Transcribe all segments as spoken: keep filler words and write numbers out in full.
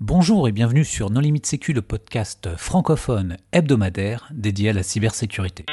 Bonjour et bienvenue sur No Limit Sécu, le podcast francophone hebdomadaire dédié à la cybersécurité.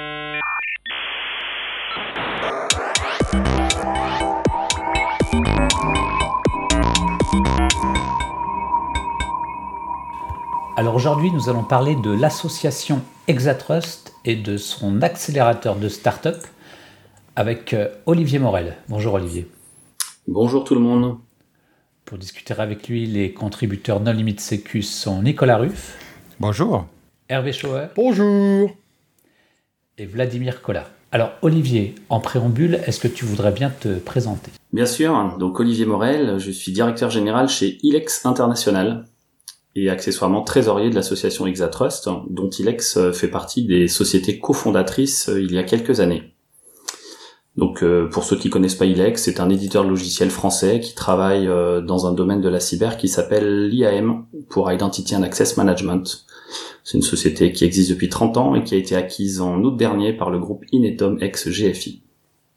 Alors aujourd'hui, nous allons parler de l'association Exatrust et de son accélérateur de start-up avec Olivier Morel. Bonjour Olivier. Bonjour tout le monde. Pour discuter avec lui, les contributeurs No Limit Sécu sont Nicolas Ruff. Bonjour. Hervé Schauer. Bonjour. Et Vladimir Kola. Alors Olivier, en préambule, est-ce que tu voudrais bien te présenter ? Bien sûr, donc Olivier Morel, je suis directeur général chez Ilex International et accessoirement trésorier de l'association Exatrust, dont Ilex fait partie des sociétés cofondatrices il y a quelques années. Donc euh, pour ceux qui connaissent pas Ilex, c'est un éditeur de logiciels français qui travaille euh, dans un domaine de la cyber qui s'appelle l'I A M, pour Identity and Access Management. C'est une société qui existe depuis trente ans et qui a été acquise en août dernier par le groupe Inetom ex-G F I.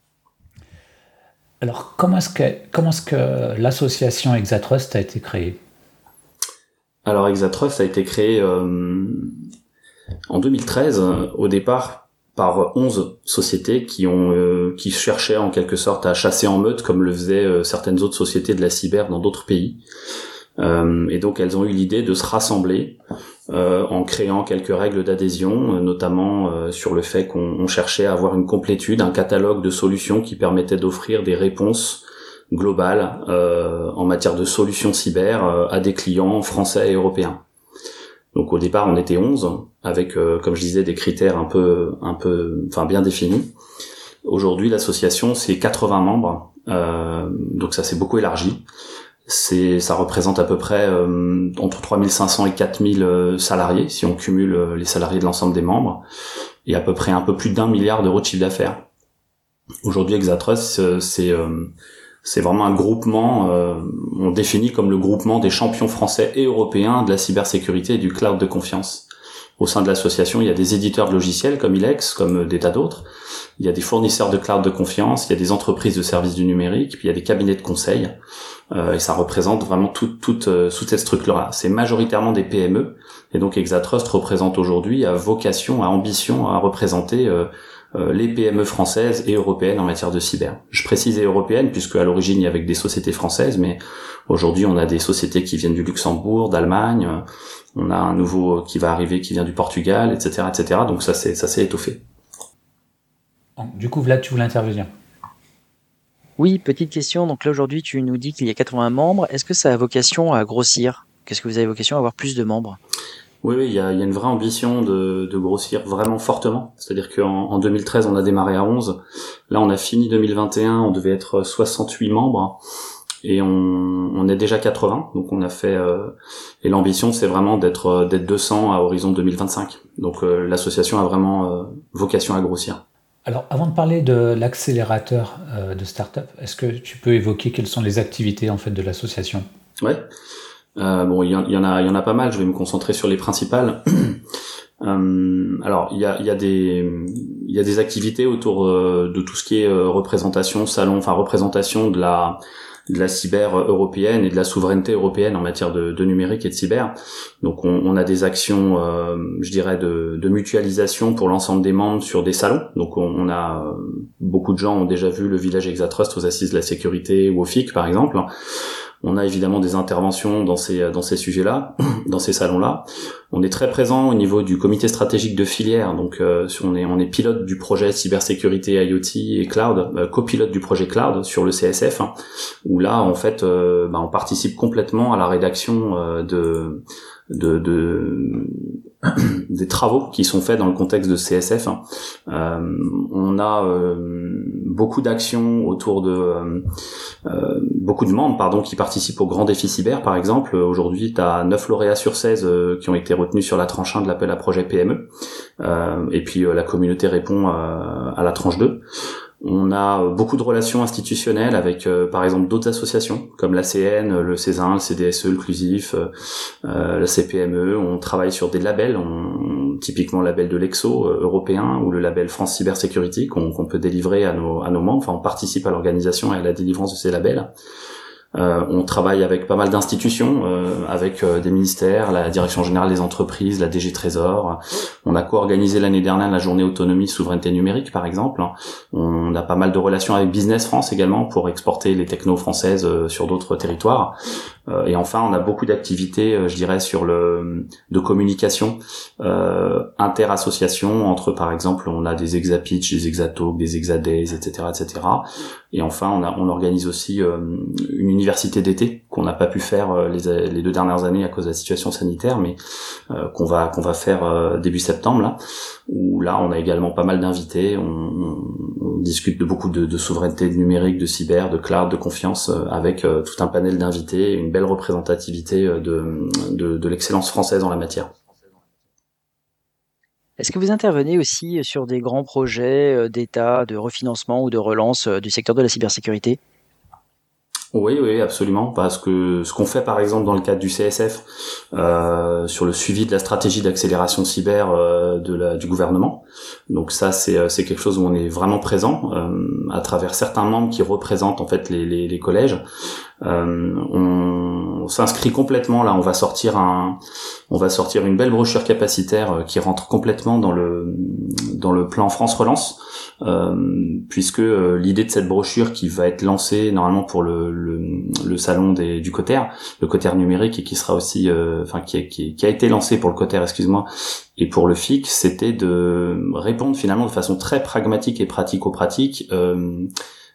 Alors comment est-ce que, comment est-ce que l'association Exatrust a été créée ? Alors Exatrust a été créé euh, en deux mille treize, au départ par onze sociétés qui ont euh, qui cherchaient en quelque sorte à chasser en meute comme le faisaient euh, certaines autres sociétés de la cyber dans d'autres pays. Euh, et donc elles ont eu l'idée de se rassembler euh, en créant quelques règles d'adhésion, euh, notamment euh, sur le fait qu'on on cherchait à avoir une complétude, un catalogue de solutions qui permettait d'offrir des réponses globales euh, en matière de solutions cyber euh, à des clients français et européens. Donc au départ on était onze avec euh, comme je disais des critères un peu un peu enfin bien définis. Aujourd'hui l'association c'est quatre-vingts membres, euh, donc ça s'est beaucoup élargi. C'est ça représente à peu près euh, entre trois mille cinq cents et quatre mille euh, salariés si on cumule euh, les salariés de l'ensemble des membres, et à peu près un peu plus d'un milliard d'euros de chiffre d'affaires. Aujourd'hui Exatrust euh, c'est euh, C'est vraiment un groupement, euh, on définit comme le groupement des champions français et européens de la cybersécurité et du cloud de confiance. Au sein de l'association, il y a des éditeurs de logiciels comme Ilex, comme des tas d'autres. Il y a des fournisseurs de cloud de confiance, il y a des entreprises de services du numérique, puis il y a des cabinets de conseil. Euh, et ça représente vraiment toute toute euh, toute cette structure-là. C'est majoritairement des P M E, et donc Exatrust représente aujourd'hui, a vocation, a ambition à représenter euh, Euh, les P M E françaises et européennes en matière de cyber. Je précise européennes puisque à l'origine il y avait des sociétés françaises, mais aujourd'hui on a des sociétés qui viennent du Luxembourg, d'Allemagne, on a un nouveau qui va arriver qui vient du Portugal, et cetera, et cetera. Donc ça c'est ça s'est étoffé. Du coup, Vlad, tu voulais intervenir ? Oui, petite question. Donc là aujourd'hui tu nous dis qu'il y a quatre-vingts membres. Est-ce que ça a vocation à grossir ? Qu'est-ce que vous avez vocation à avoir plus de membres ? Oui, oui, il y a, il y a une vraie ambition de, de grossir vraiment fortement. C'est-à-dire qu'en en deux mille treize, on a démarré à onze. Là, on a fini deux mille vingt et un, on devait être soixante-huit membres. Et on, on est déjà quatre-vingts. Donc, on a fait... Euh, et l'ambition, c'est vraiment d'être, d'être deux cents à horizon deux mille vingt-cinq. Donc, euh, l'association a vraiment euh, vocation à grossir. Alors, avant de parler de l'accélérateur euh, de start-up, est-ce que tu peux évoquer quelles sont les activités, en fait, de l'association ? Ouais. Euh, bon, il y, y en a, il y en a pas mal. Je vais me concentrer sur les principales. euh, alors, il y a, il y a des, il y a des activités autour euh, de tout ce qui est euh, représentation, salon, enfin représentation de la, de la cyber européenne et de la souveraineté européenne en matière de, de numérique et de cyber. Donc, on, on a des actions, euh, je dirais, de, de mutualisation pour l'ensemble des membres sur des salons. Donc, on, on a euh, beaucoup de gens ont déjà vu le village Exatrust aux Assises de la sécurité ou au F I C, par exemple. On a évidemment des interventions dans ces dans ces sujets-là, dans ces salons-là. On est très présent au niveau du comité stratégique de filière. Donc euh, on est on est pilote du projet cybersécurité IoT et cloud, euh, copilote du projet cloud sur le C S F, hein, où là en fait euh, bah, on participe complètement à la rédaction euh, de de, de des travaux qui sont faits dans le contexte de C S F. Hein. Euh, on a euh, beaucoup d'actions autour de euh, euh, beaucoup de membres pardon qui participent au grand défi cyber par exemple. Aujourd'hui, tu as neuf lauréats sur seize euh, qui ont été retenus sur la tranche un de l'appel à projet P M E. Euh, et puis euh, la communauté répond euh, à la tranche deux. On a beaucoup de relations institutionnelles avec, euh, par exemple, d'autres associations comme l'A C N, le Césin, le C D S E, le Clusif, euh, la C P M E. On travaille sur des labels, on, typiquement le label de l'Exo euh, européen ou le label France Cyber Security qu'on, qu'on peut délivrer à nos, à nos membres. Enfin, on participe à l'organisation et à la délivrance de ces labels. Euh, on travaille avec pas mal d'institutions, euh, avec euh, des ministères, la Direction générale des entreprises, la D G Trésor. On a co-organisé l'année dernière la journée autonomie souveraineté numérique, par exemple. On a pas mal de relations avec Business France également pour exporter les technos françaises euh, sur d'autres territoires. Euh, et enfin, on a beaucoup d'activités, euh, je dirais, sur le de communication euh, inter-associations entre, par exemple, on a des Exapitch, des Exatalk, des Exadays, et cetera, et cetera. Et enfin, on a on organise aussi euh, une université d'été qu'on n'a pas pu faire euh, les les deux dernières années à cause de la situation sanitaire, mais euh, qu'on va qu'on va faire euh, début septembre là, où là on a également pas mal d'invités. On, on, on discute de beaucoup de, de souveraineté numérique, de cyber, de cloud, de confiance, euh, avec euh, tout un panel d'invités, une belle représentativité euh, de de, de l'excellence française en la matière. Est-ce que vous intervenez aussi sur des grands projets d'État, de refinancement ou de relance du secteur de la cybersécurité ? Oui, oui, absolument, parce que ce qu'on fait par exemple dans le cadre du C S F, euh, sur le suivi de la stratégie d'accélération cyber euh, de la, du gouvernement, donc ça c'est c'est quelque chose où on est vraiment présent euh, à travers certains membres qui représentent en fait les les, les collèges. Euh, on, on s'inscrit complètement là, on va sortir un, on va sortir une belle brochure capacitaire qui rentre complètement dans le dans le plan France Relance, euh, puisque euh, l'idée de cette brochure qui va être lancée normalement pour le le, le salon des, du Coter, le Coter numérique, et qui sera aussi, euh, enfin qui a, qui, qui a été lancé pour le Coter, excuse-moi, et pour le F I C, c'était de répondre finalement de façon très pragmatique et pratico-pratique euh,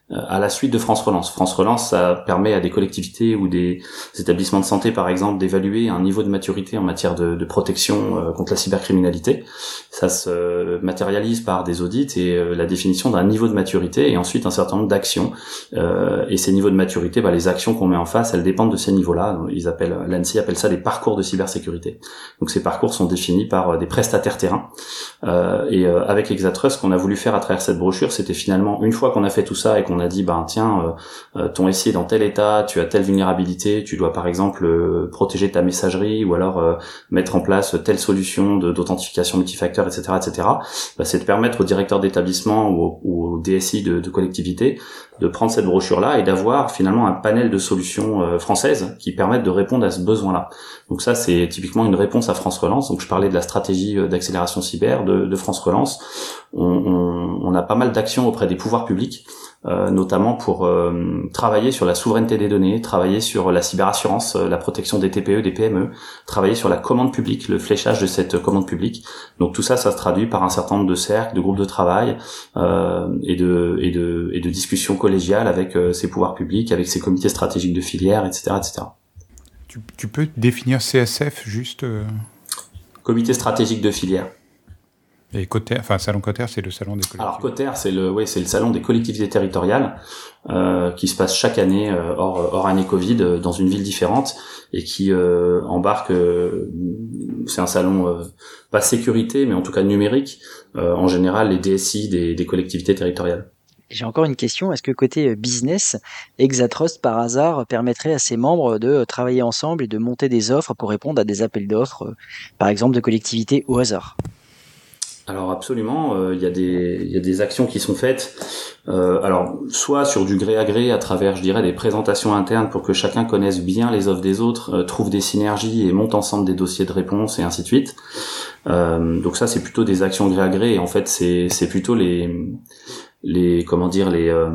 à la suite de France Relance. France Relance, ça permet à des collectivités ou des établissements de santé, par exemple, d'évaluer un niveau de maturité en matière de, de protection euh, contre la cybercriminalité. Ça se matérialise par des audits et euh, la définition d'un niveau de maturité et ensuite un certain nombre d'actions. Euh, et ces niveaux de maturité, bah, les actions qu'on met en face, elles dépendent de ces niveaux-là. Ils appellent, l'ANSSI appelle ça des parcours de cybersécurité. Donc ces parcours sont définis par euh, des prestataires terrain. Euh, et euh, avec Exatrust, ce qu'on a voulu faire à travers cette brochure, c'était finalement, une fois qu'on a fait tout ça et qu'on a dit, ben tiens, euh, ton S I est dans tel état, tu as telle vulnérabilité, tu dois par exemple euh, protéger ta messagerie ou alors euh, mettre en place telle solution de, d'authentification multifacteur, et cetera, et cetera. Ben, c'est de permettre au directeur d'établissement ou au, ou au D S I de, de collectivité de prendre cette brochure-là et d'avoir finalement un panel de solutions euh, françaises qui permettent de répondre à ce besoin-là. Donc ça, c'est typiquement une réponse à France Relance. Donc je parlais de la stratégie d'accélération cyber de, de France Relance. On, on, on a pas mal d'actions auprès des pouvoirs publics, euh, notamment pour euh, travailler sur la souveraineté des données, travailler sur la cyberassurance, euh, la protection des T P E, des P M E, travailler sur la commande publique, le fléchage de cette commande publique. Donc tout ça, ça se traduit par un certain nombre de cercles, de groupes de travail euh, et de et de et de discussions collégiales avec euh, ces pouvoirs publics, avec ces comités stratégiques de filière, et cetera, et cetera. Tu, tu peux définir C S F juste euh... Comité stratégique de filière. Et Coter, enfin salon Coter, c'est le salon des collectivités. Alors Coter, c'est le, ouais, c'est le salon des collectivités territoriales euh, qui se passe chaque année euh, hors, hors année Covid euh, dans une ville différente et qui euh, embarque. Euh, c'est un salon euh, pas sécurité, mais en tout cas numérique. Euh, en général, les D S I des, des collectivités territoriales. J'ai encore une question. Est-ce que côté business, Exatrust, par hasard, permettrait à ses membres de travailler ensemble et de monter des offres pour répondre à des appels d'offres, par exemple de collectivités au hasard ? Alors absolument, il euh, y a des il y a des actions qui sont faites. Euh, alors soit sur du gré à gré à travers, je dirais, des présentations internes pour que chacun connaisse bien les offres des autres, euh, trouve des synergies et monte ensemble des dossiers de réponse et ainsi de suite. Euh, donc ça c'est plutôt des actions gré à gré et en fait c'est c'est plutôt les les comment dire les euh,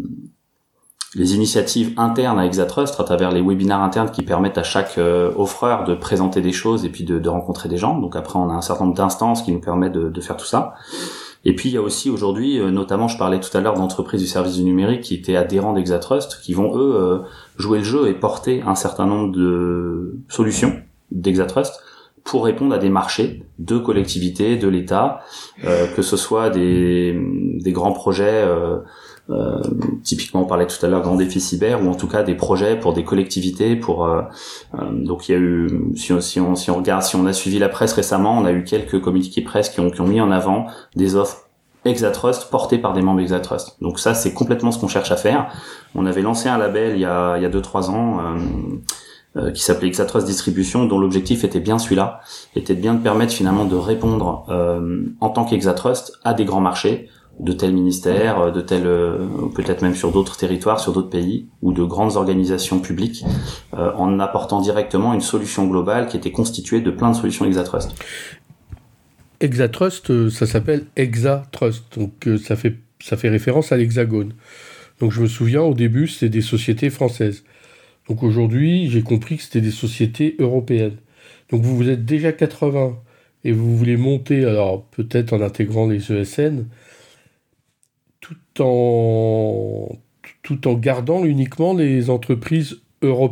les initiatives internes à Exatrust à travers les webinaires internes qui permettent à chaque euh, offreur de présenter des choses et puis de, de rencontrer des gens. Donc après on a un certain nombre d'instances qui nous permettent de, de faire tout ça. Et puis il y a aussi aujourd'hui, euh, notamment je parlais tout à l'heure d'entreprises du service du numérique qui étaient adhérents d'Exatrust, qui vont eux euh, jouer le jeu et porter un certain nombre de solutions d'Exatrust pour répondre à des marchés de collectivités, de l'État, euh, que ce soit des, des grands projets, euh, euh, typiquement on parlait tout à l'heure grand défi cyber, ou en tout cas des projets pour des collectivités. Pour euh, euh, donc il y a eu, si on, si on si on regarde, si on a suivi la presse récemment, on a eu quelques communiqués presse qui ont qui ont mis en avant des offres Exatrust portées par des membres Exatrust. Donc ça c'est complètement ce qu'on cherche à faire. On avait lancé un label il y a il y a deux trois ans. Euh, Euh, qui s'appelait Exatrust Distribution, dont l'objectif était bien celui-là, était de bien de permettre finalement de répondre euh, en tant qu'Exatrust à des grands marchés, de tel ministère, de tel, euh, peut-être même sur d'autres territoires, sur d'autres pays, ou de grandes organisations publiques, euh, en apportant directement une solution globale qui était constituée de plein de solutions Exatrust. Exatrust, ça s'appelle Exatrust, donc euh, ça fait ça fait référence à l'Hexagone. Donc je me souviens, au début, c'était des sociétés françaises. Donc aujourd'hui, j'ai compris que c'était des sociétés européennes. Donc vous, vous êtes déjà quatre-vingts et vous voulez monter, alors peut-être en intégrant les E S N, tout en, tout en gardant uniquement les entreprises européennes ?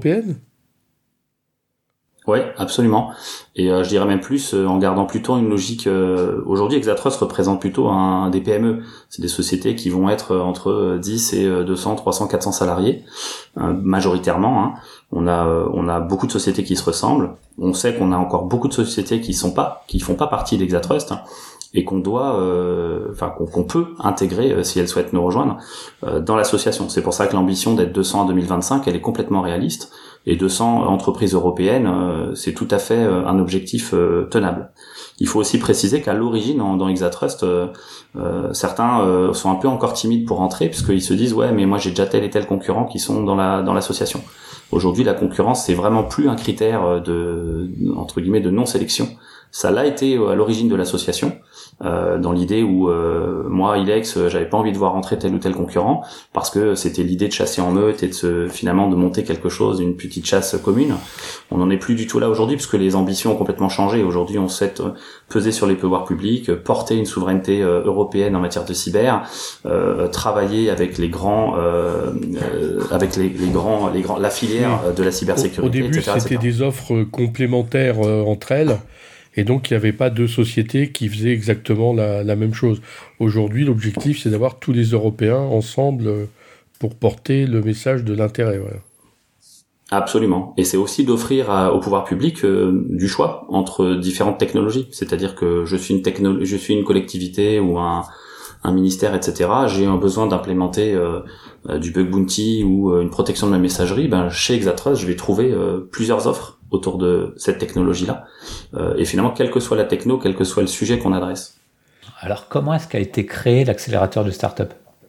Oui, absolument. Et euh, je dirais même plus, euh, en gardant plutôt une logique... Euh, aujourd'hui, Exatrust représente plutôt un, des P M E. C'est des sociétés qui vont être entre dix et deux cents, trois cents, quatre cents salariés, euh, majoritairement. Hein. On a euh, on a beaucoup de sociétés qui se ressemblent. On sait qu'on a encore beaucoup de sociétés qui sont pas, qui font pas partie d'Exatrust, hein, et qu'on doit, euh, enfin qu'on, qu'on peut intégrer euh, si elles souhaitent nous rejoindre euh, dans l'association. C'est pour ça que l'ambition d'être deux cents en deux mille vingt-cinq, elle est complètement réaliste. Et deux cents entreprises européennes, euh, c'est tout à fait euh, un objectif euh, tenable. Il faut aussi préciser qu'à l'origine, en, dans Exatrust, euh, euh, certains euh, sont un peu encore timides pour rentrer, puisqu'ils se disent « ouais, mais moi j'ai déjà tel et tel concurrent qui sont dans la dans l'association ». Aujourd'hui, la concurrence, c'est vraiment plus un critère de, entre guillemets, de non-sélection. Ça l'a été à l'origine de l'association, euh, dans l'idée où euh, moi, Ilex, j'avais pas envie de voir rentrer tel ou tel concurrent, parce que c'était l'idée de chasser en meute et de se, finalement de monter quelque chose, une petite chasse commune. On n'en est plus du tout là aujourd'hui, parce que les ambitions ont complètement changé. Aujourd'hui, on souhaite peser sur les pouvoirs publics, porter une souveraineté euh, européenne en matière de cyber, euh, travailler avec les grands, euh, euh, avec les, les grands, les grands, la filière de la cybersécurité. Au, au début, et cetera, c'était et cetera. des offres complémentaires euh, entre elles. Et donc, il n'y avait pas deux sociétés qui faisaient exactement la, la même chose. Aujourd'hui, l'objectif, c'est d'avoir tous les Européens ensemble euh, pour porter le message de l'intérêt. Voilà. Absolument. Et c'est aussi d'offrir à, au pouvoir public euh, du choix entre différentes technologies. C'est-à-dire que je suis une techno- je suis une collectivité ou un, un ministère, et cetera. J'ai un besoin d'implémenter euh, euh, du bug bounty ou euh, une protection de ma messagerie. Ben, chez Exatrust, je vais trouver euh, plusieurs offres autour de cette technologie-là. Euh, et finalement, quelle que soit la techno, quel que soit le sujet qu'on adresse. Alors, comment est-ce qu'a été créé l'accélérateur de start-up ?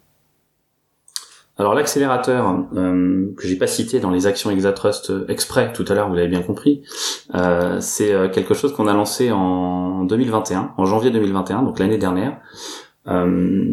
Alors, l'accélérateur, euh, que j'ai pas cité dans les actions Exatrust exprès tout à l'heure, vous l'avez bien compris, euh, c'est quelque chose qu'on a lancé en deux mille vingt et un, en janvier deux mille vingt et un, donc l'année dernière, euh,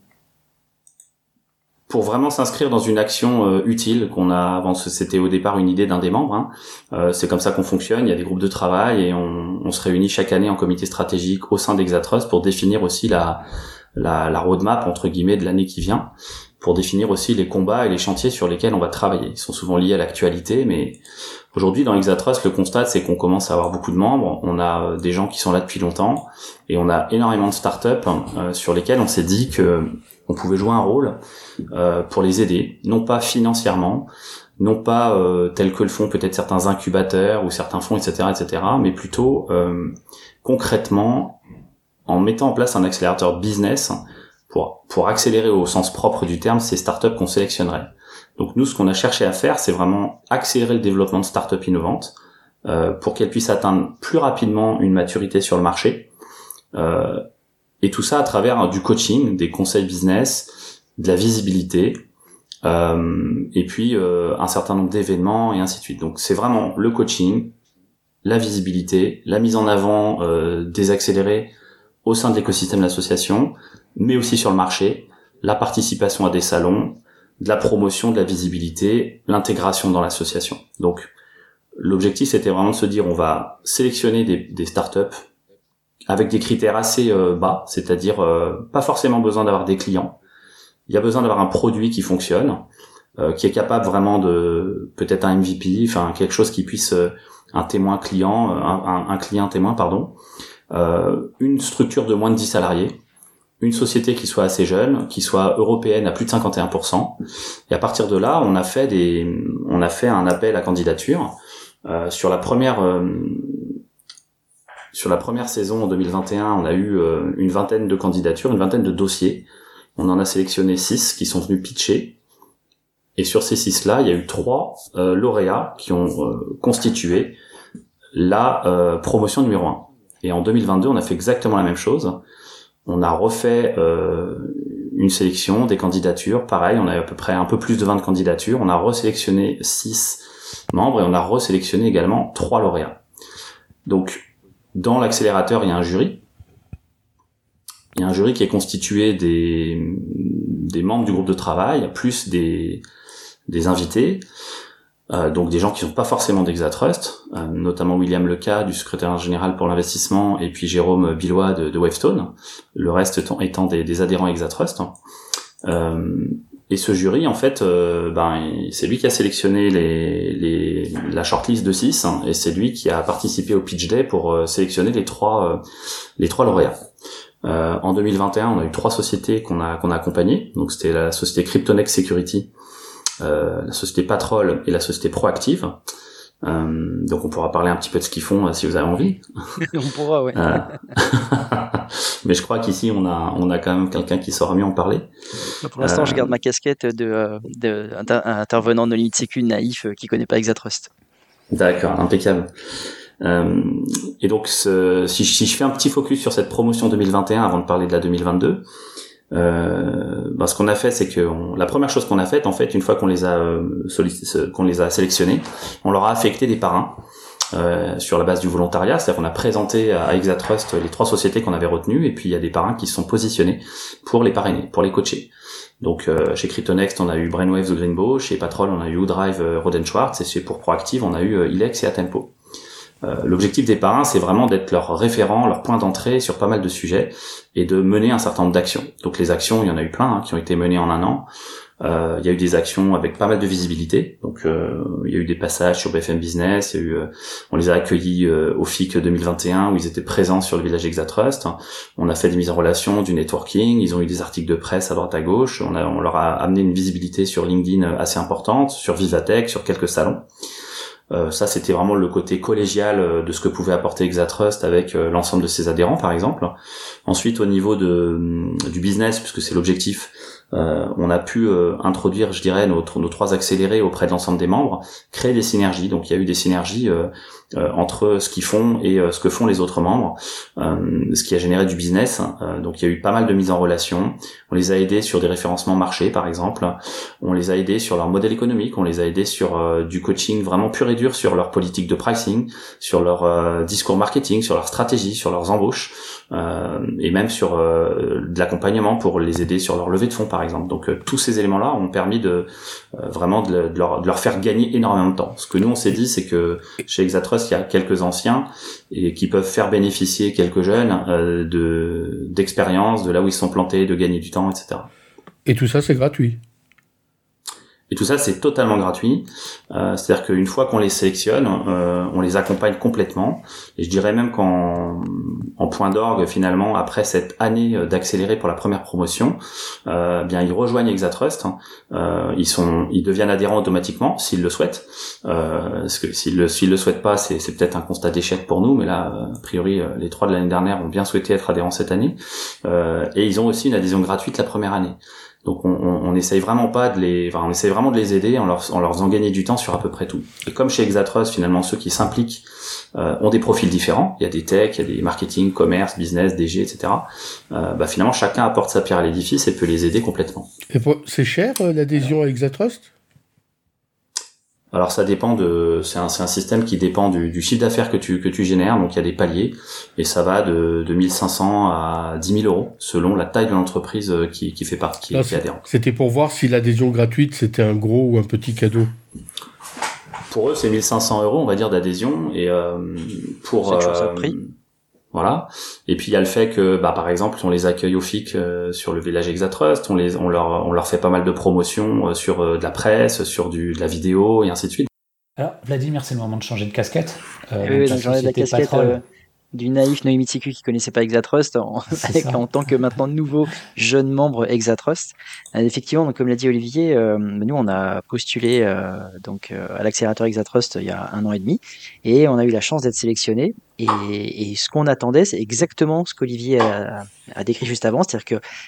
pour vraiment s'inscrire dans une action euh, utile qu'on a avant. C'était au départ une idée d'un des membres, hein. Euh, c'est comme ça qu'on fonctionne. Il y a des groupes de travail et on, on se réunit chaque année en comité stratégique au sein d'Exatrust pour définir aussi la, la, la roadmap entre guillemets de l'année qui vient, pour définir aussi les combats et les chantiers sur lesquels on va travailler. Ils sont souvent liés à l'actualité, mais aujourd'hui dans Exatrust, le constat c'est qu'on commence à avoir beaucoup de membres. On a des gens qui sont là depuis longtemps et on a énormément de startups euh, sur lesquels on s'est dit que on pouvait jouer un rôle euh, pour les aider, non pas financièrement, non pas euh, tel que le font peut-être certains incubateurs ou certains fonds, et cetera, et cetera, mais plutôt euh, concrètement en mettant en place un accélérateur business pour pour accélérer au sens propre du terme ces startups qu'on sélectionnerait. Donc nous, ce qu'on a cherché à faire, c'est vraiment accélérer le développement de startups innovantes euh, pour qu'elles puissent atteindre plus rapidement une maturité sur le marché. Euh, Et tout ça à travers du coaching, des conseils business, de la visibilité, euh, et puis euh, un certain nombre d'événements et ainsi de suite. Donc c'est vraiment le coaching, la visibilité, la mise en avant euh, des accélérés au sein de l'écosystème de l'association, mais aussi sur le marché, la participation à des salons, de la promotion, de la visibilité, l'intégration dans l'association. Donc l'objectif c'était vraiment de se dire on va sélectionner des, des startups avec des critères assez euh, bas, c'est-à-dire euh, pas forcément besoin d'avoir des clients. Il y a besoin d'avoir un produit qui fonctionne, euh, qui est capable vraiment de peut-être un M V P, enfin quelque chose qui puisse euh, un témoin client, un, un, un client témoin pardon, euh, une structure de moins de dix salariés, une société qui soit assez jeune, qui soit européenne à plus de cinquante et un pour cent. Et à partir de là, on a fait des, on a fait un appel à candidature euh, sur la première. Euh, Sur la première saison en deux mille vingt et un, on a eu euh, une vingtaine de candidatures, une vingtaine de dossiers. On en a sélectionné six qui sont venus pitcher. Et sur ces six-là, il y a eu trois euh, lauréats qui ont euh, constitué la euh, promotion numéro un. Et en deux mille vingt-deux, on a fait exactement la même chose. On a refait euh, une sélection, des candidatures. Pareil, on a à peu près un peu plus de vingt candidatures. On a resélectionné six membres et on a resélectionné également trois lauréats. Donc, dans l'accélérateur, il y a un jury. Il y a un jury qui est constitué des, des membres du groupe de travail, plus des, des invités, euh, donc des gens qui ne sont pas forcément d'Exatrust, euh, notamment William Leca, du secrétaire général pour l'investissement, et puis Jérôme Billois de, de Wavestone, le reste étant, étant des, des adhérents Exatrust. Euh, et ce jury, en fait, euh, ben, c'est lui qui a sélectionné les, les, la shortlist de six, hein, et c'est lui qui a participé au pitch day pour euh, sélectionner les trois, euh, les trois lauréats. Euh, en deux mille vingt et un, on a eu trois sociétés qu'on a qu'on a accompagnées. Donc c'était la société Cryptonex Security, euh, la société Patrol et la société Proactive. Euh, donc on pourra parler un petit peu de ce qu'ils font euh, si vous avez envie. On pourra, ouais. Euh, Mais je crois qu'ici on a on a quand même quelqu'un qui saura mieux en parler. Pour l'instant, Euh, je garde ma casquette de, euh, de inter- intervenant de limite sécu naïf euh, qui connaît pas Exatrust. D'accord, impeccable. Euh, et donc, ce, si, si je fais un petit focus sur cette promotion deux mille vingt et un avant de parler de la deux mille vingt-deux, euh, ben ce qu'on a fait, c'est que on, la première chose qu'on a faite, en fait, une fois qu'on les a euh, sollic- qu'on les a sélectionnés, on leur a affecté des parrains euh, sur la base du volontariat. C'est-à-dire qu'on a présenté à Exatrust les trois sociétés qu'on avait retenues, et puis il y a des parrains qui se sont positionnés pour les parrainer, pour les coacher. Donc euh, chez Cryptonext, on a eu Brainwave de Greenbow, chez Patrol, on a eu Udrive euh, Roden Schwartz, et chez pour Proactive, on a eu euh, Ilex et Atempo. Euh, l'objectif des parrains, c'est vraiment d'être leur référent, leur point d'entrée sur pas mal de sujets et de mener un certain nombre d'actions. Donc les actions, il y en a eu plein hein, qui ont été menées en un an. Euh, il y a eu des actions avec pas mal de visibilité. Donc euh, il y a eu des passages sur B F M Business. Il y a eu, euh, on les a accueillis euh, au F I C deux mille vingt et un où ils étaient présents sur le village Exatrust. On a fait des mises en relation, du networking. Ils ont eu des articles de presse à droite à gauche. On, a, on leur a amené une visibilité sur LinkedIn assez importante, sur Vivatech, sur quelques salons. Euh, ça, c'était vraiment le côté collégial euh, de ce que pouvait apporter Exatrust avec euh, l'ensemble de ses adhérents, par exemple. Ensuite, au niveau de, du business, puisque c'est l'objectif, euh, on a pu euh, introduire, je dirais, nos, nos trois accélérés auprès de l'ensemble des membres, créer des synergies. Donc, il y a eu des synergies euh, euh, entre ce qu'ils font et euh, ce que font les autres membres, euh, ce qui a généré du business. Euh, donc, il y a eu pas mal de mises en relation. On les a aidés sur des référencements marché, par exemple. On les a aidés sur leur modèle économique. On les a aidés sur euh, du coaching vraiment pur et dur, sur leur politique de pricing, sur leur euh, discours marketing, sur leur stratégie, sur leurs embauches, euh, et même sur euh, de l'accompagnement pour les aider sur leur levée de fonds, par exemple. Donc, euh, tous ces éléments-là ont permis de euh, vraiment de, de, leur, de leur faire gagner énormément de temps. Ce que nous, on s'est dit, c'est que chez Exatrust, il y a quelques anciens et qui peuvent faire bénéficier quelques jeunes euh, de d'expérience, de là où ils sont plantés, de gagner du temps, et cetera. Et tout ça, c'est gratuit. Et tout ça, c'est totalement gratuit. Euh, c'est-à-dire qu'une fois qu'on les sélectionne, euh, on les accompagne complètement. Et je dirais même qu'en en point d'orgue, finalement, après cette année d'accélérer pour la première promotion, euh, bien ils rejoignent Exatrust. Euh, ils sont, ils deviennent adhérents automatiquement s'ils le souhaitent. Euh, parce que s'ils le, s'ils le souhaitent pas, c'est, c'est peut-être un constat d'échec pour nous. Mais là, a priori, les trois de l'année dernière ont bien souhaité être adhérents cette année. Euh, et ils ont aussi une adhésion gratuite la première année. Donc on, on, on essaye vraiment pas de les, enfin on essaye vraiment de les aider en leur, en leur faisant gagner du temps sur à peu près tout. Et comme chez Exatrust, finalement ceux qui s'impliquent euh, ont des profils différents. Il y a des techs, il y a des marketing, commerce, business, D G, et cetera. Euh, bah finalement chacun apporte sa pierre à l'édifice et peut les aider complètement. Et pour- c'est cher euh, l'adhésion à Exatrust? Alors ça dépend de, c'est un, c'est un système qui dépend du, du chiffre d'affaires que tu que tu génères. Donc il y a des paliers et ça va de, de mille cinq cents à dix mille euros selon la taille de l'entreprise qui, qui fait partie, qui, Non, qui est c'est- adhérente. C'était pour voir si l'adhésion gratuite, c'était un gros ou un petit cadeau. Pour eux, c'est mille cinq cents euros, on va dire, d'adhésion. Et euh, pour C'est toujours ça le prix. voilà. Et puis il y a le fait que, bah, par exemple, on les accueille au F I C euh, sur le village Exatrust, on les, on leur, on leur fait pas mal de promotions euh, sur euh, de la presse, sur du, de la vidéo et ainsi de suite. Alors, Vladimir, c'est le moment de changer de casquette. Euh, Oui, oui, donc, donc j'enlève la société casquette Patrol. euh, du naïf Noémie Tsiku qui connaissait pas Exatrust en, C'est avec, ça. en tant que maintenant nouveau jeune membre Exatrust. Euh, effectivement, donc, comme l'a dit Olivier, euh, nous on a postulé euh, donc euh, à l'accélérateur Exatrust il y a un an et demi et on a eu la chance d'être sélectionné. Et, et ce qu'on attendait, c'est exactement ce qu'Olivier a, a décrit juste avant, c'est-à-dire que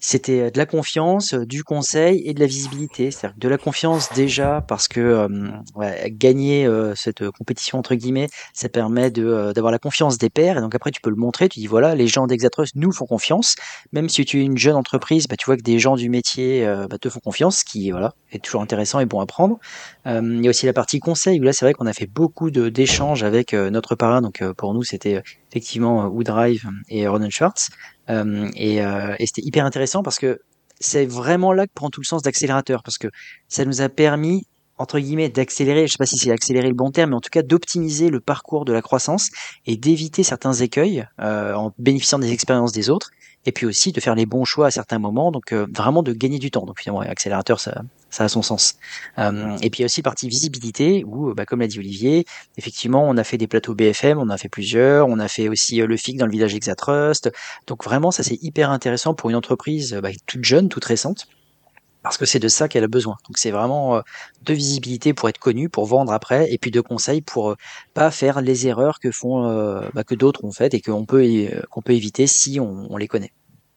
C'était de la confiance, du conseil et de la visibilité. C'est-à-dire de la confiance déjà parce que euh, ouais, gagner euh, cette compétition entre guillemets, ça permet de euh, d'avoir la confiance des pairs et donc après tu peux le montrer. Tu dis voilà, les gens d'Exatrust nous font confiance. Même si tu es une jeune entreprise, bah, tu vois que des gens du métier euh, bah, te font confiance, ce qui voilà est toujours intéressant et bon à prendre. Euh, il y a aussi la partie conseil où là c'est vrai qu'on a fait beaucoup de d'échanges avec euh, notre parrain. Donc euh, pour nous c'était euh, effectivement euh, Woodrive et Ronan Schwartz. Euh, et, euh, et c'était hyper intéressant parce que c'est vraiment là que prend tout le sens d'accélérateur parce que ça nous a permis entre guillemets d'accélérer, je sais pas si c'est accélérer le bon terme, mais en tout cas d'optimiser le parcours de la croissance et d'éviter certains écueils euh, en bénéficiant des expériences des autres et puis aussi de faire les bons choix à certains moments, donc euh, vraiment de gagner du temps. Donc finalement, accélérateur, ça, ça a son sens. Euh, et puis il y a aussi partie visibilité où, bah, comme l'a dit Olivier, effectivement, on a fait des plateaux B F M, on en a fait plusieurs, on a fait aussi euh, le F I C dans le village Exatrust. Donc vraiment, ça c'est hyper intéressant pour une entreprise bah, toute jeune, toute récente, parce que c'est de ça qu'elle a besoin. Donc c'est vraiment euh, de visibilité pour être connue, pour vendre après, et puis de conseils pour euh, pas faire les erreurs que font euh, bah, que d'autres ont faites et qu'on peut euh, qu'on peut éviter si on, on les connaît.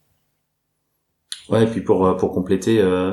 Ouais, et puis pour pour compléter, euh,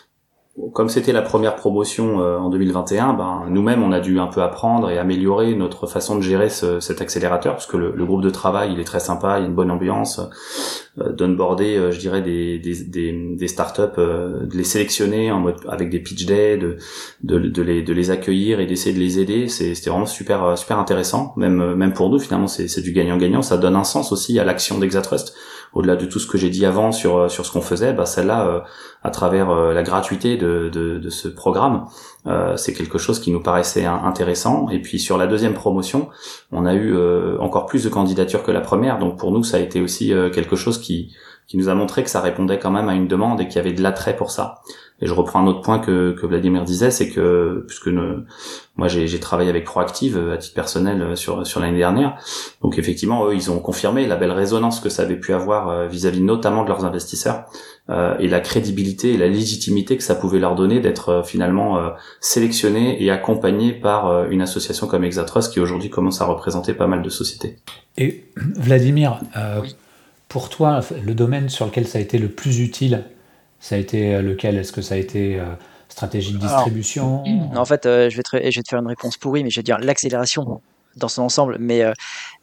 comme c'était la première promotion euh, en deux mille vingt et un, ben nous-mêmes on a dû un peu apprendre et améliorer notre façon de gérer ce, cet accélérateur, parce que le, le groupe de travail il est très sympa, il y a une bonne ambiance, euh, d'onboarder, euh, je dirais des des des, des startups, euh, de les sélectionner en mode avec des pitch days, de de, de les de les accueillir et d'essayer de les aider, c'est c'était vraiment super super intéressant, même même pour nous finalement c'est c'est du gagnant-gagnant, ça donne un sens aussi à l'action d'Exatrust. Au-delà de tout ce que j'ai dit avant sur sur ce qu'on faisait, bah celle-là, euh, à travers euh, la gratuité de, de de ce programme, euh, c'est quelque chose qui nous paraissait intéressant. Et puis sur la deuxième promotion, on a eu euh, encore plus de candidatures que la première, donc pour nous ça a été aussi euh, quelque chose qui qui nous a montré que ça répondait quand même à une demande et qu'il y avait de l'attrait pour ça. Et je reprends un autre point que, que Vladimir disait, c'est que puisque ne, moi j'ai, j'ai travaillé avec Proactive à titre personnel sur sur l'année dernière, donc effectivement eux ils ont confirmé la belle résonance que ça avait pu avoir vis-à-vis notamment de leurs investisseurs euh, et la crédibilité et la légitimité que ça pouvait leur donner d'être euh, finalement euh, sélectionnés et accompagnés par euh, une association comme Exatrust qui aujourd'hui commence à représenter pas mal de sociétés. Et Vladimir, euh, pour toi le domaine sur lequel ça a été le plus utile, ça a été lequel? Est-ce que ça a été euh, stratégie de distribution? Alors, en fait, euh, je, vais te, je vais te faire une réponse pourrie, mais je vais dire l'accélération dans son ensemble. Mais euh,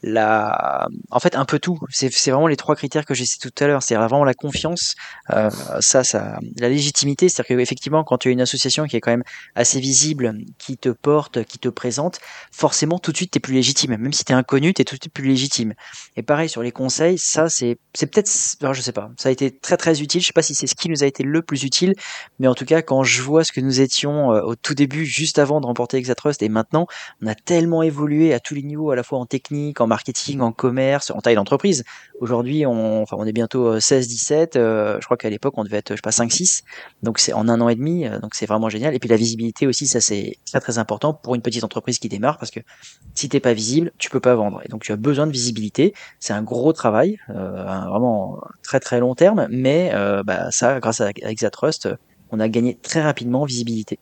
la... en fait, un peu tout. C'est, c'est vraiment les trois critères que j'ai cités tout à l'heure. C'est vraiment la confiance, euh, ça, ça, la légitimité. C'est-à-dire qu'effectivement, quand tu as une association qui est quand même assez visible, qui te porte, qui te présente, forcément, tout de suite, tu es plus légitime. Même si tu es inconnu, tu es tout de suite plus légitime. Et pareil, sur les conseils, ça, c'est, c'est peut-être, alors, je sais pas, ça a été très très utile. Je sais pas si c'est ce qui nous a été le plus utile, mais en tout cas, quand je vois ce que nous étions euh, au tout début, juste avant de remporter Exatrust, et maintenant, on a tellement évolué à tous les niveaux, à la fois en technique, en marketing, en commerce, en taille d'entreprise. Aujourd'hui, on, enfin, on est bientôt seize dix-sept, euh, je crois qu'à l'époque, on devait être, je sais pas, cinq six, donc c'est en un an et demi, euh, donc c'est vraiment génial. Et puis la visibilité aussi, ça c'est très très important pour une petite entreprise qui démarre, parce que si t'es pas visible, tu peux pas vendre. Et donc tu as besoin de visibilité. C'est un gros travail, euh, un vraiment très très long terme, mais euh, bah, ça, grâce à Exatrust, on a gagné très rapidement en visibilité.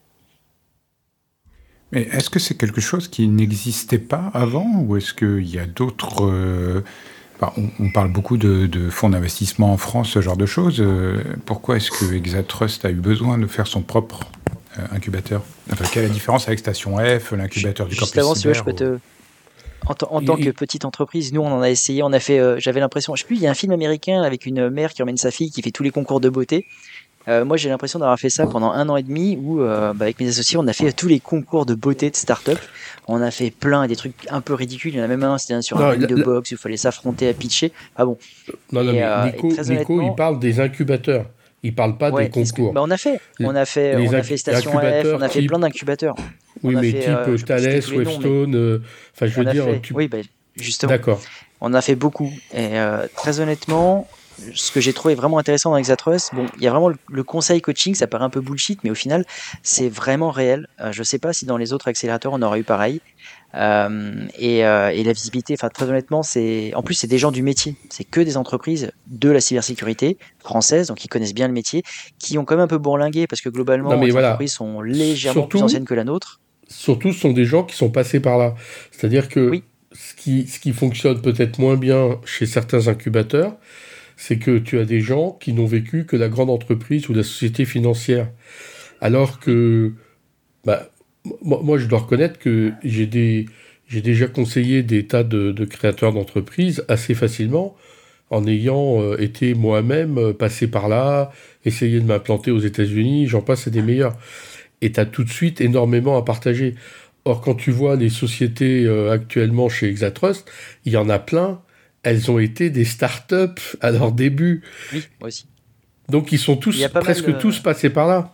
Mais est-ce que c'est quelque chose qui n'existait pas avant, ou est-ce qu'il y a d'autres... Euh, enfin, on, on parle beaucoup de, de fonds d'investissement en France, ce genre de choses. Euh, pourquoi est-ce que Exatrust a eu besoin de faire son propre euh, incubateur? Enfin, quelle est la différence avec Station F, l'incubateur du Juste Campus avant, Cyber, si tu veux, je peux ou... te... En, t- en tant que petite entreprise, nous on en a essayé, on a fait, euh, j'avais l'impression, je sais plus, il y a un film américain avec une mère qui emmène sa fille qui fait tous les concours de beauté. Euh, moi j'ai l'impression d'avoir fait ça pendant un an et demi où euh, bah, avec mes associés on a fait tous les concours de beauté de start-up. On a fait plein des trucs un peu ridicules. Il y en a même un, c'était un sur non, un ring de la... boxe où il fallait s'affronter à pitcher. Ah bon. Non, non, et, mais euh, Nico, Nico honnêtement... il parle des incubateurs. Il parle pas ouais, des concours. Bah, on a fait, on a fait, les on a fait Station F, on a fait type... plein d'incubateurs. Oui, on mais fait, type euh, Thales, Webstone, mais... euh, enfin je veux dire. Fait... Tu... Oui, bah, justement. D'accord. On a fait beaucoup. Et euh, très honnêtement, ce que j'ai trouvé vraiment intéressant dans Exatrust, bon, il y a vraiment le, le conseil coaching, ça paraît un peu bullshit, mais au final, c'est vraiment réel. Euh, je sais pas si dans les autres accélérateurs on aurait eu pareil. Euh, et, euh, et la visibilité, enfin très honnêtement, c'est en plus c'est des gens du métier, c'est que des entreprises de la cybersécurité françaises, donc ils connaissent bien le métier, qui ont quand même un peu bourlingué parce que globalement non, les voilà. entreprises sont légèrement surtout, plus anciennes que la nôtre. Surtout, ce sont des gens qui sont passés par là, c'est-à-dire que oui. ce qui ce qui fonctionne peut-être moins bien chez certains incubateurs, c'est que tu as des gens qui n'ont vécu que la grande entreprise ou la société financière. Alors que, bah, moi, moi, je dois reconnaître que j'ai, des, j'ai déjà conseillé des tas de, de créateurs d'entreprises assez facilement, en ayant euh, été moi-même euh, passé par là, essayé de m'implanter aux États-Unis, j'en passe, c'est des meilleurs. Et tu as tout de suite énormément à partager. Or, quand tu vois les sociétés euh, actuellement chez Exatrust, il y en a plein, elles ont été des startups à leur début. Oui, moi aussi. Donc, ils sont Il tous, y a pas presque mal, euh, tous passés par là.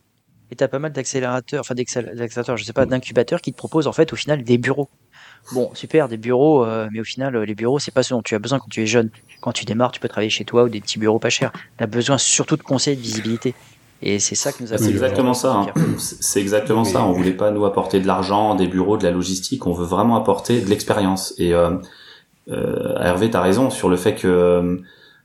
et t'as pas mal d'accélérateurs, enfin d'accél- d'accélérateurs, je sais pas, d'incubateurs qui te proposent en fait au final des bureaux. Bon, super, des bureaux, euh, mais au final, euh, les bureaux, c'est pas ce dont tu as besoin quand tu es jeune. Quand tu démarres, tu peux travailler chez toi ou des petits bureaux pas chers. Tu as besoin surtout de conseils et de visibilité. Et c'est ça que nous Bah, a c'est Oui, exactement besoin ça. de Hein. faire. C'est c'est exactement Mais- ça. On voulait pas nous apporter de l'argent, des bureaux, de la logistique. On veut vraiment apporter de l'expérience. Et euh, euh, Hervé, t'as raison sur le fait que euh,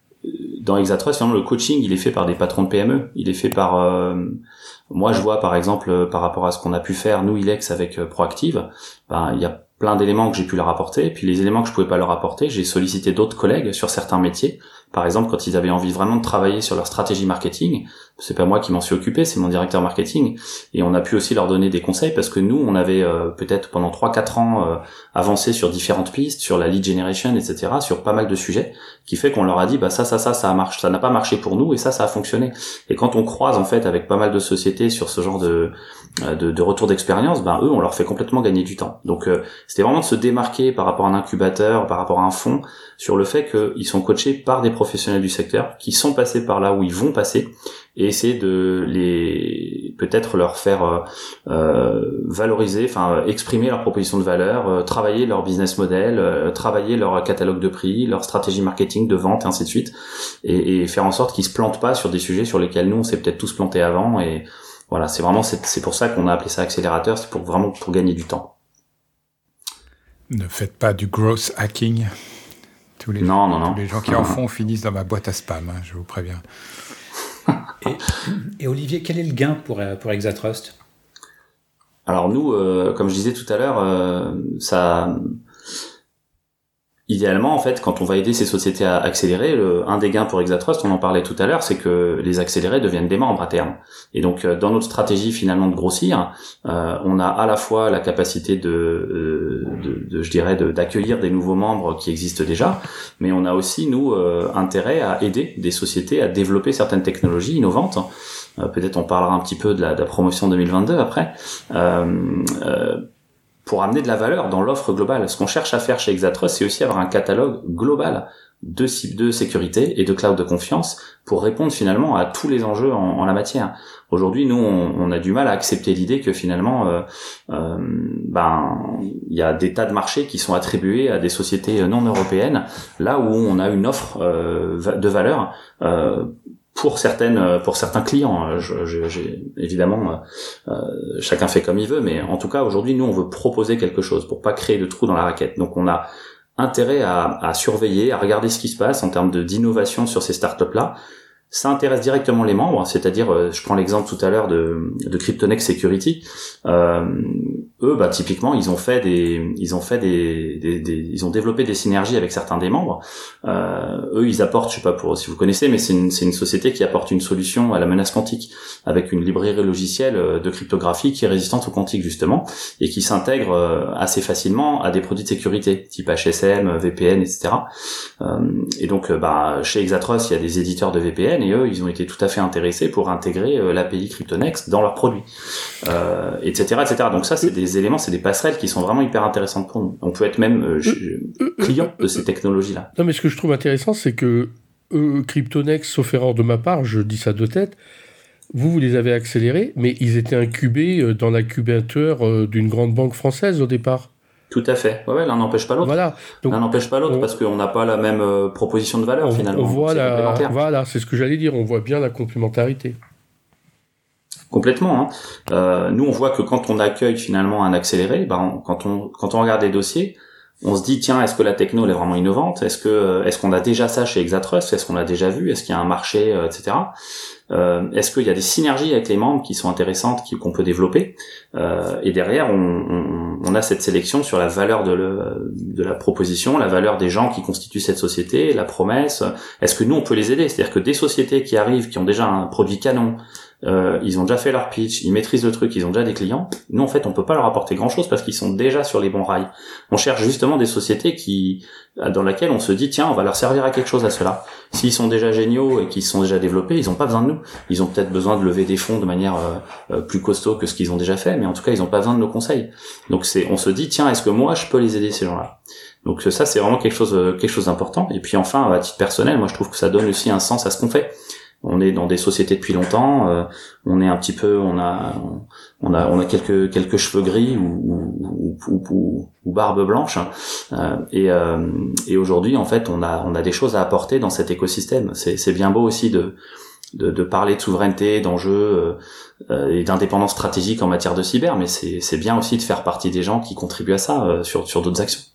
dans Exatrust, finalement, le coaching, il est fait par des patrons de P M E. Il est fait par... euh, moi, je vois, par exemple, euh, par rapport à ce qu'on a pu faire, nous, Ilex, avec euh, Proactive, ben, il y a plein d'éléments que j'ai pu leur apporter. Et puis, les éléments que je pouvais pas leur apporter, j'ai sollicité d'autres collègues sur certains métiers. Par exemple, quand ils avaient envie vraiment de travailler sur leur stratégie marketing, c'est pas moi qui m'en suis occupé, c'est mon directeur marketing. Et on a pu aussi leur donner des conseils parce que nous, on avait euh, peut-être pendant trois quatre ans euh, avancé sur différentes pistes, sur la lead generation, et cetera, sur pas mal de sujets, qui fait qu'on leur a dit, bah ça, ça, ça, ça marche, ça n'a pas marché pour nous et ça, ça a fonctionné. Et quand on croise en fait avec pas mal de sociétés sur ce genre de de, de retour d'expérience, ben eux, on leur fait complètement gagner du temps. Donc euh, c'était vraiment de se démarquer par rapport à un incubateur, par rapport à un fonds, sur le fait qu'ils sont coachés par des professionnels du secteur, qui sont passés par là où ils vont passer, et essayer de les peut-être leur faire euh, euh, valoriser, enfin exprimer leur proposition de valeur, euh, travailler leur business model, euh, travailler leur catalogue de prix, leur stratégie marketing de vente, et ainsi de suite, et, et faire en sorte qu'ils se plantent pas sur des sujets sur lesquels nous on s'est peut-être tous plantés avant. Et voilà, c'est vraiment c'est, c'est pour ça qu'on a appelé ça accélérateur, c'est pour vraiment pour gagner du temps. Ne faites pas du growth hacking. Tous les, Non, non, non. tous les gens qui en font finissent dans ma boîte à spam, hein, je vous préviens. Et, et Olivier, quel est le gain pour, euh, pour Exatrust? Alors nous, euh, comme je disais tout à l'heure, euh, ça, idéalement en fait, quand on va aider ces sociétés à accélérer, le, un des gains pour Exatrust, on en parlait tout à l'heure, c'est que les accélérés deviennent des membres à terme. Et donc euh, dans notre stratégie finalement de grossir, euh, on a à la fois la capacité de, euh, de, de je dirais, de, d'accueillir des nouveaux membres qui existent déjà, mais on a aussi nous euh, intérêt à aider des sociétés à développer certaines technologies innovantes. Euh, peut-être on parlera un petit peu de la, de la promotion deux mille vingt-deux après, euh, euh, pour amener de la valeur dans l'offre globale. Ce qu'on cherche à faire chez Exatrust, c'est aussi avoir un catalogue global de cibles de sécurité et de cloud de confiance pour répondre finalement à tous les enjeux en, en la matière. Aujourd'hui, nous, on, on a du mal à accepter l'idée que finalement, euh, euh, ben, il y a des tas de marchés qui sont attribués à des sociétés non européennes, là où on a une offre euh, de valeur euh, pour certaines, pour certains clients. Je, je, j'ai, évidemment, euh, chacun fait comme il veut, mais en tout cas, aujourd'hui, nous, on veut proposer quelque chose pour pas créer de trous dans la raquette. Donc, on a intérêt à, à surveiller, à regarder ce qui se passe en termes de, d'innovation sur ces startups-là. Ça intéresse directement les membres, c'est-à-dire, euh, je prends l'exemple tout à l'heure de, de Cryptonex Security. Euh, eux, bah typiquement, ils ont fait des, ils ont fait des, des, des ils ont développé des synergies avec certains des membres. Euh, eux, ils apportent, je sais pas pour si vous connaissez, mais c'est une, c'est une société qui apporte une solution à la menace quantique avec une librairie logicielle de cryptographie qui est résistante au quantique justement et qui s'intègre assez facilement à des produits de sécurité type H S M, V P N, et cetera. Euh, et donc, bah chez Exatrust, il y a des éditeurs de V P N et eux, ils ont été tout à fait intéressés pour intégrer euh, l'A P I Cryptonex dans leurs produits, euh, et cetera, et cetera. Donc ça, c'est des éléments, c'est des passerelles qui sont vraiment hyper intéressantes pour nous. On peut être même euh, euh, client de ces technologies-là. Non, mais ce que je trouve intéressant, c'est que eux, Cryptonex, sauf erreur de ma part, je dis ça de tête, vous, vous les avez accélérés, mais ils étaient incubés dans l'incubateur d'une grande banque française au départ. Tout à fait. Ouais, ouais, l'un n'empêche pas l'autre. Voilà. Donc, l'un n'empêche pas l'autre on, parce qu'on n'a pas la même euh, proposition de valeur on, finalement. On voit c'est la, voilà, c'est ce que j'allais dire. On voit bien la complémentarité. Complètement. Hein. Euh, nous, on voit que quand on accueille finalement un accéléré, ben, on, quand on quand on regarde les dossiers, on se dit tiens, est-ce que la techno elle est vraiment innovante? Est-ce que est-ce qu'on a déjà ça chez Exatrust? Est-ce qu'on l'a déjà vu? Est-ce qu'il y a un marché, euh, et cetera. Euh, est-ce qu'il y a des synergies avec les membres qui sont intéressantes, qui, qu'on peut développer? euh, Et derrière, on, on, on a cette sélection sur la valeur de, le, de la proposition, la valeur des gens qui constituent cette société, la promesse. Est-ce que nous on peut les aider? C'est-à-dire que des sociétés qui arrivent, qui ont déjà un produit canon, Euh, ils ont déjà fait leur pitch, ils maîtrisent le truc, ils ont déjà des clients. Nous, en fait, on peut pas leur apporter grand-chose parce qu'ils sont déjà sur les bons rails. On cherche justement des sociétés qui, dans lesquelles on se dit, tiens, on va leur servir à quelque chose à cela. S'ils sont déjà géniaux et qu'ils sont déjà développés, ils ont pas besoin de nous. Ils ont peut-être besoin de lever des fonds de manière euh, plus costaud que ce qu'ils ont déjà fait, mais en tout cas, ils ont pas besoin de nos conseils. Donc, c'est, on se dit, tiens, est-ce que moi, je peux les aider, ces gens-là? Donc, ça, c'est vraiment quelque chose, quelque chose d'important. Et puis, enfin, à titre personnel, moi, je trouve que ça donne aussi un sens à ce qu'on fait. On est dans des sociétés depuis longtemps, euh, on est un petit peu, on a, on a, on a quelques quelques cheveux gris ou ou, ou, ou, ou barbe blanche, euh, et, euh, et aujourd'hui en fait on a on a des choses à apporter dans cet écosystème. C'est c'est bien beau aussi de de, de parler de souveraineté, d'enjeux euh, et d'indépendance stratégique en matière de cyber, mais c'est c'est bien aussi de faire partie des gens qui contribuent à ça euh, sur sur d'autres actions.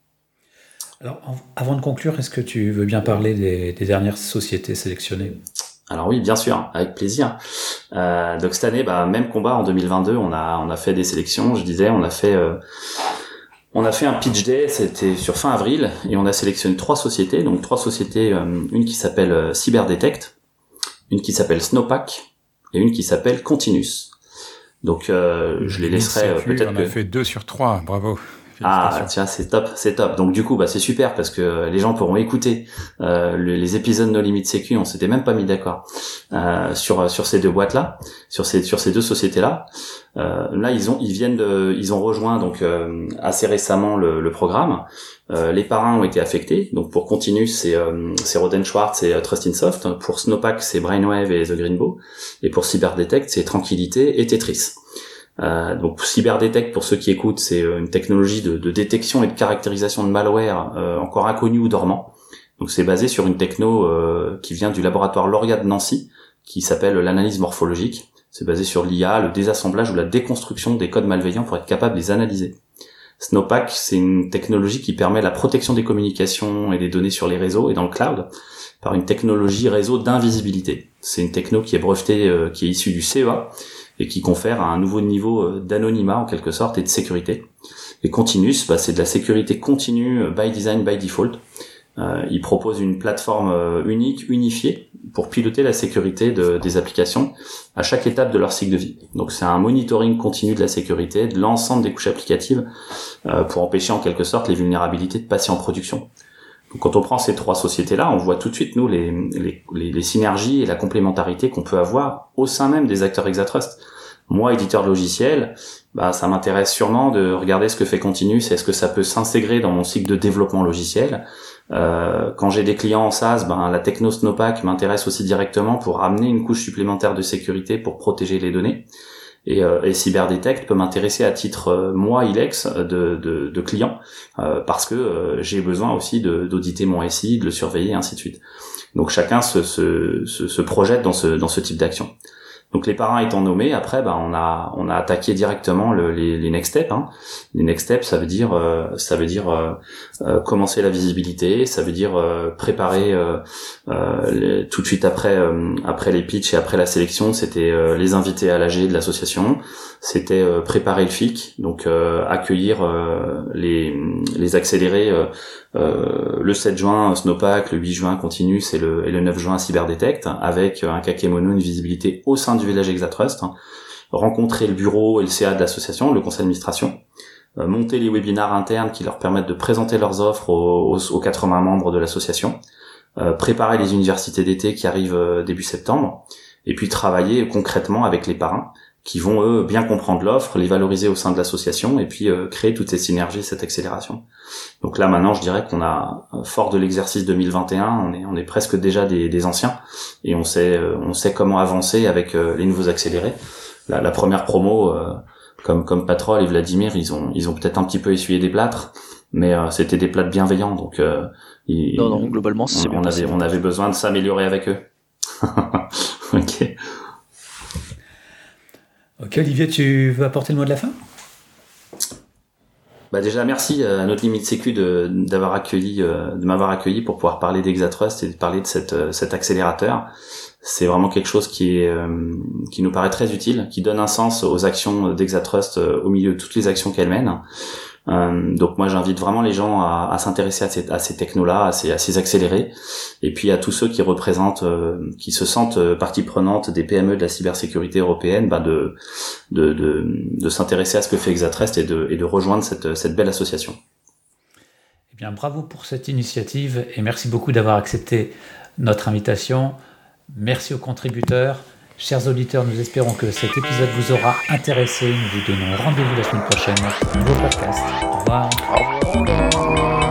Alors avant de conclure, est-ce que tu veux bien parler des, des dernières sociétés sélectionnées? Alors oui, bien sûr, avec plaisir. Euh, donc cette année, bah, même combat en deux mille vingt-deux, on a on a fait des sélections. Je disais, on a fait euh, on a fait un pitch day, c'était sur fin avril, et on a sélectionné trois sociétés. Donc trois sociétés, euh, une qui s'appelle euh, Cyberdetect, une qui s'appelle Snowpack et une qui s'appelle Continuous. Donc euh, je les laisserai euh, peut-être. On que... a fait deux sur trois, bravo. Ah tiens, c'est top, c'est top. Donc du coup, bah c'est super parce que les gens pourront écouter euh, les, les épisodes No Limit Sécu. On s'était même pas mis d'accord euh, sur sur ces deux boîtes là, sur ces sur ces deux sociétés là. Euh, là, ils ont ils viennent de ils ont rejoint donc euh, assez récemment le, le programme. Euh, les parrains ont été affectés. Donc pour Continuous, c'est euh, c'est Roden Schwartz et euh, Trustinsoft. Pour Snowpack, c'est Brainwave et The Greenbow. Et pour Cyberdetect, c'est Tranquilité et Tetris. Euh, donc Cyberdetect, pour ceux qui écoutent, c'est une technologie de, de détection et de caractérisation de malware euh, encore inconnu ou dormant. Donc c'est basé sur une techno euh, qui vient du laboratoire Lauria de Nancy, qui s'appelle l'analyse morphologique. C'est basé sur l'I A, le désassemblage ou la déconstruction des codes malveillants pour être capable de les analyser. Snowpack, c'est une technologie qui permet la protection des communications et des données sur les réseaux et dans le cloud par une technologie réseau d'invisibilité. C'est une techno qui est brevetée, euh, qui est issue du C E A, et qui confère un nouveau niveau d'anonymat en quelque sorte et de sécurité. Et Continuous, bah, c'est de la sécurité continue by design, by default. Euh, il propose une plateforme euh, unique, unifiée, pour piloter la sécurité de, des applications à chaque étape de leur cycle de vie. Donc c'est un monitoring continu de la sécurité, de l'ensemble des couches applicatives, euh, pour empêcher en quelque sorte les vulnérabilités de passer en production. Donc, quand on prend ces trois sociétés-là, on voit tout de suite, nous, les, les, les, les synergies et la complémentarité qu'on peut avoir au sein même des acteurs Exatrust. Moi, éditeur de logiciel, bah, ça m'intéresse sûrement de regarder ce que fait Continuous, est-ce que ça peut s'intégrer dans mon cycle de développement logiciel. Euh, quand j'ai des clients en SaaS, ben, la techno Snowpack m'intéresse aussi directement pour amener une couche supplémentaire de sécurité pour protéger les données. Et, euh, et Cyberdetect peut m'intéresser à titre euh, moi Ilex de, de, de client euh, parce que euh, j'ai besoin aussi de, d'auditer mon S I, de le surveiller et ainsi de suite. Donc chacun se, se, se, se projette dans ce, dans ce type d'action. Donc les parrains étant nommés, après bah on a on a attaqué directement le, les, les next steps. Hein. Les next steps, ça veut dire euh, ça veut dire euh, euh, commencer la visibilité, ça veut dire euh, préparer euh, euh, les, tout de suite après euh, après les pitchs et après la sélection, c'était euh, les inviter à l'A G de l'association, c'était euh, préparer le F I C, donc euh, accueillir euh, les les accélérés. Euh, Euh, le sept juin Snowpack, le huit juin Continuous et le, et le neuf juin Cyberdetect, avec un kakémono, une visibilité au sein du village Exatrust, hein. Rencontrer le bureau et le C A de l'association, le conseil d'administration, euh, monter les webinars internes qui leur permettent de présenter leurs offres aux, aux, aux quatre-vingts membres de l'association, euh, préparer les universités d'été qui arrivent euh, début septembre, et puis travailler concrètement avec les parrains qui vont eux bien comprendre l'offre, les valoriser au sein de l'association et puis euh, créer toutes ces synergies, cette accélération. Donc là maintenant, je dirais qu'on a, fort de l'exercice deux mille vingt et un, on est on est presque déjà des, des anciens et on sait euh, on sait comment avancer avec euh, les nouveaux accélérés. La, la première promo, euh, comme comme Patrol et Vladimir, ils ont ils ont peut-être un petit peu essuyé des plâtres, mais euh, c'était des plâtres bienveillants. Donc euh, ils, non non globalement c'est on, bien on avait on avait besoin de s'améliorer avec eux. Ok. Ok Olivier, tu veux apporter le mot de la fin? Bah déjà merci à notre limite sécu de d'avoir accueilli euh, de m'avoir accueilli pour pouvoir parler d'Exatrust et de parler de cette euh, cet accélérateur. C'est vraiment quelque chose qui est euh, qui nous paraît très utile, qui donne un sens aux actions d'Exatrust euh, au milieu de toutes les actions qu'elle mène. Euh, donc moi j'invite vraiment les gens à, à s'intéresser à ces, à ces technos-là, à ces, à ces accélérés, et puis à tous ceux qui représentent, euh, qui se sentent euh, partie prenante des P M E de la cybersécurité européenne, bah de de de, de s'intéresser à ce que fait Exatrust et de et de rejoindre cette cette belle association. Eh bien bravo pour cette initiative et merci beaucoup d'avoir accepté notre invitation. Merci aux contributeurs. Chers auditeurs, nous espérons que cet épisode vous aura intéressé. Nous vous donnons rendez-vous la semaine prochaine pour un nouveau podcast. Au revoir. Au revoir.